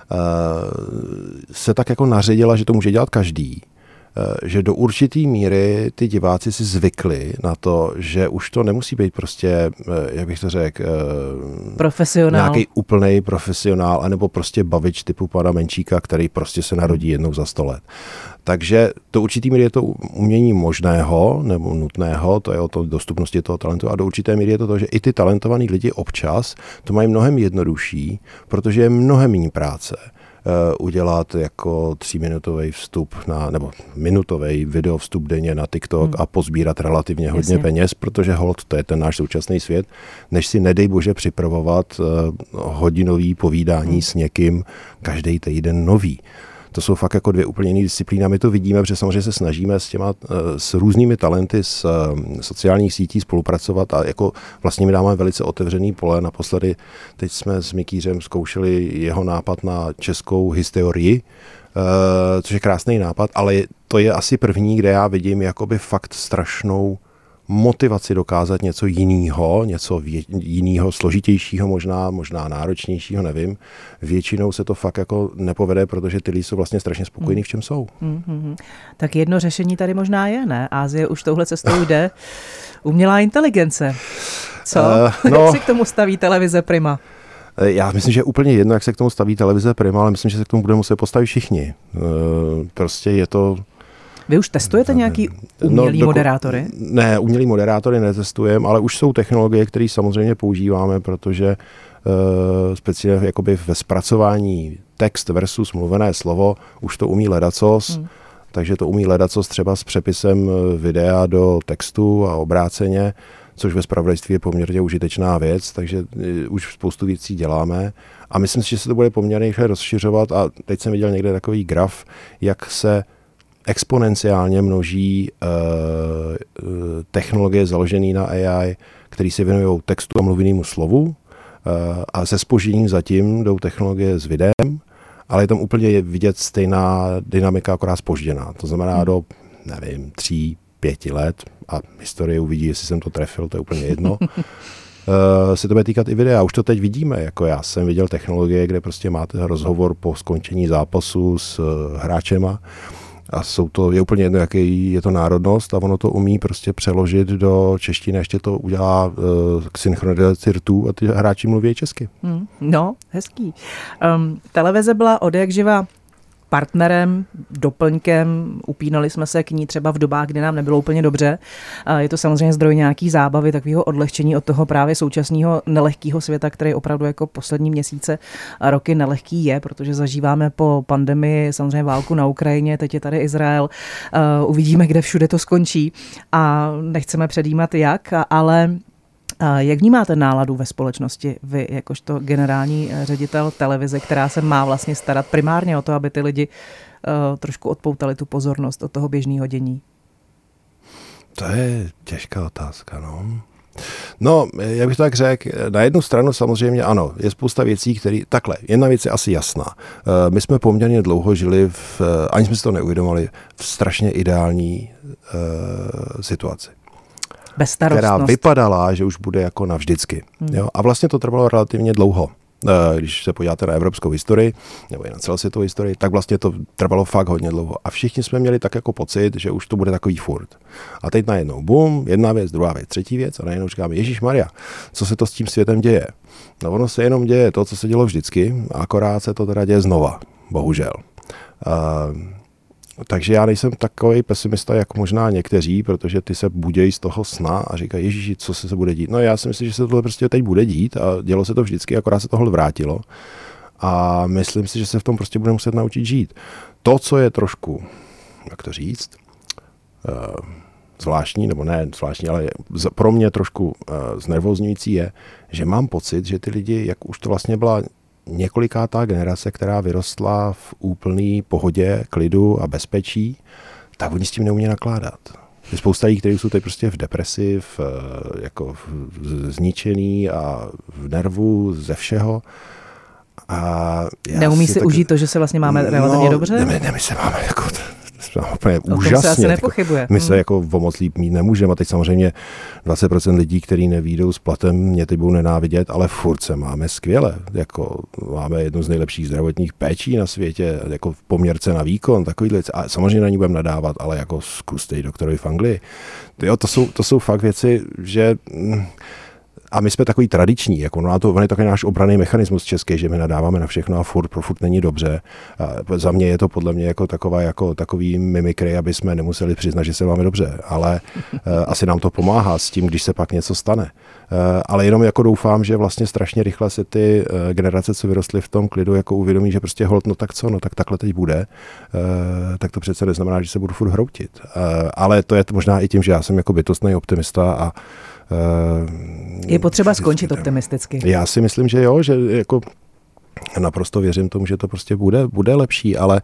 se tak jako naředila, že to může dělat každý. Že do určitý míry ty diváci si zvykli na to, že už to nemusí být prostě, jak bych to řekl,
profesionál.
Nějaký úplnej profesionál, anebo prostě bavič typu pana Menčíka, který prostě se narodí jednou za sto let. Takže do určitý míry je to umění možného nebo nutného, to je o to dostupnosti toho talentu a do určité míry je to to, že i ty talentovaní lidi občas to mají mnohem jednodušší, protože je mnohem méně práce udělat jako tříminutový vstup na, nebo minutový video vstup denně na TikTok hmm. a pozbírat relativně hodně Jasně. peněz, protože hold, to je ten náš současný svět, než si nedej bože připravovat uh, hodinový povídání hmm. s někým každý týden nový. To jsou fakt jako dvě úplně jiné disciplíny. My to vidíme, protože samozřejmě se snažíme s těma, s různými talenty z sociálních sítí spolupracovat a jako vlastně my dáme velice otevřený pole. Naposledy teď jsme s Mikýřem zkoušeli jeho nápad na českou historii, což je krásný nápad, ale to je asi první, kde já vidím jakoby fakt strašnou motivaci dokázat něco jiného, něco jiného, složitějšího možná, možná náročnějšího, nevím. Většinou se to fakt jako nepovede, protože ty lidi jsou vlastně strašně spokojení, v čem jsou.
Mm-hmm. Tak jedno řešení tady možná je, ne? Asie už touhle cestou jde. Umělá inteligence. Co?
Uh, no,
jak se k tomu staví televize Prima?
Já myslím, že je úplně jedno, jak se k tomu staví televize Prima, ale myslím, že se k tomu budeme muset postavit všichni. Uh, prostě je to...
Vy už testujete nějaký umělý no, moderátory?
Ne, umělý moderátory netestujeme, ale už jsou technologie, které samozřejmě používáme, protože uh, speciálně jakoby ve zpracování text versus mluvené slovo už to umí ledacos, hmm. takže to umí ledacos třeba s přepisem videa do textu a obráceně, což ve zpravodajství je poměrně užitečná věc, takže už spoustu věcí děláme a myslím si, že se to bude poměrně rozšiřovat a teď jsem viděl někde takový graf, jak se exponenciálně množí uh, technologie založené na A I, které se věnují textu a mluvenému slovu uh, a se zpožděním zatím jdou technologie s videem, ale je tam úplně vidět stejná dynamika, akorát zpožděná. To znamená do, nevím, tří, pěti let a historie uvidí, jestli jsem to trefil, to je úplně jedno. uh, se to bude týkat i videa. Už to teď vidíme. Jako já jsem viděl technologie, kde prostě máte rozhovor po skončení zápasu s uh, hráčema a jsou to, je úplně jedno, jaký je to národnost a ono to umí prostě přeložit do češtiny, ještě to udělá uh, k synchronizaci rtů a ty hráči mluví česky. Hmm,
no, hezký. Um, televize byla odjakživa partnerem, doplňkem, upínali jsme se k ní třeba v dobách, kdy nám nebylo úplně dobře. Je to samozřejmě zdroj nějaký zábavy, takového odlehčení od toho právě současného nelehkého světa, který opravdu jako poslední měsíce a roky nelehký je, protože zažíváme po pandemii samozřejmě válku na Ukrajině, teď je tady Izrael, uvidíme, kde všude to skončí a nechceme předjímat jak, ale jak vnímáte náladu ve společnosti vy, jakožto generální ředitel televize, která se má vlastně starat primárně o to, aby ty lidi uh, trošku odpoutali tu pozornost od toho běžného dění?
To je těžká otázka, no. No, jak bych to tak řekl, na jednu stranu samozřejmě ano, je spousta věcí, které, takhle, jedna věc je asi jasná. My jsme poměrně dlouho žili, v, ani jsme si to neuvědomili, v strašně ideální uh, situaci. Která vypadala, že už bude jako navždycky. Hmm. Jo? A vlastně to trvalo relativně dlouho. Když se podíváte na evropskou historii, nebo i na celosvětovou historii, tak vlastně to trvalo fakt hodně dlouho. A všichni jsme měli tak jako pocit, že už to bude takový furt. A teď najednou bum, jedna věc, druhá věc, třetí věc a najednou říkáme, ježišmarja, co se to s tím světem děje? No ono se jenom děje to, co se dělo vždycky, akorát se to teda děje znova, bohužel. Uh, Takže já nejsem takový pesimista, jak možná někteří, protože ty se budějí z toho sna a říkají, ježiši, co se, se bude dít. No já si myslím, že se tohle prostě teď bude dít a dělo se to vždycky, akorát se tohle vrátilo. A myslím si, že se v tom prostě bude muset naučit žít. To, co je trošku, jak to říct, uh, zvláštní, nebo ne zvláštní, ale pro mě trošku uh, znervózňující je, že mám pocit, že ty lidi, jak už to vlastně byla několikátá generace, která vyrostla v úplný pohodě, klidu a bezpečí, tak oni s tím neumí nakládat. Je spousta lidí, kteří jsou teď prostě v depresi, v, jako v, zničený a v nervu ze všeho. A
neumí si, si tak, užít to, že se vlastně máme relativně
no,
dobře?
Ne, ne, my se máme jako... Úplně úžasně.
Se asi nepochybuje.
My se jako o moc líp mít nemůžeme a teď samozřejmě dvacet procent lidí, kteří nevídou s platem, mě teď budou nenávidět, ale furt se máme skvěle. Jako máme jednu z nejlepších zdravotních péčí na světě, jako v poměrce na výkon, takovýhle. A samozřejmě na ní budeme nadávat, ale jako zkuste doktorovi v Anglii. Jo, to jsou, to jsou fakt věci, že... A my jsme takový tradiční, jako no, to je takový náš obranný mechanismus český, že my nadáváme na všechno a furt pro furt není dobře. A za mě je to podle mě jako taková jako takový mimikry, aby jsme nemuseli přiznat, že se máme dobře, ale uh, asi nám to pomáhá s tím, když se pak něco stane. Uh, ale jenom jako doufám, že vlastně strašně rychle se ty uh, generace, co vyrostly v tom klidu, jako uvědomí, že prostě holt, no tak co, no tak takhle teď bude, uh, tak to přece neznamená, že se budu furt hroutit. Uh, ale to je možná i tím, že já jsem jako bytostný optimista a
je potřeba skončit optimisticky.
Já si myslím, že jo, že jako naprosto věřím tomu, že to prostě bude, bude lepší, ale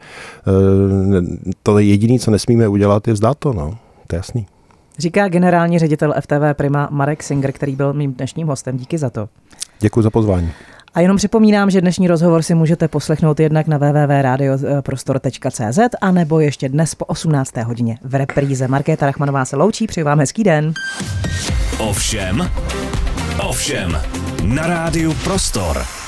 to jediné, co nesmíme udělat, je vzdát to, no. To je jasný.
Říká generální ředitel F T V Prima Marek Singer, který byl mým dnešním hostem. Díky za to.
Děkuji za pozvání.
A jenom připomínám, že dnešní rozhovor si můžete poslechnout jednak na w w w tečka radio prostor tečka c z a nebo ještě dnes po osmnácté hodině v repríze. Markéta Rachmanová se loučí, přeji vám hezký den.
Ovšem, ovšem, na rádiu Prostor.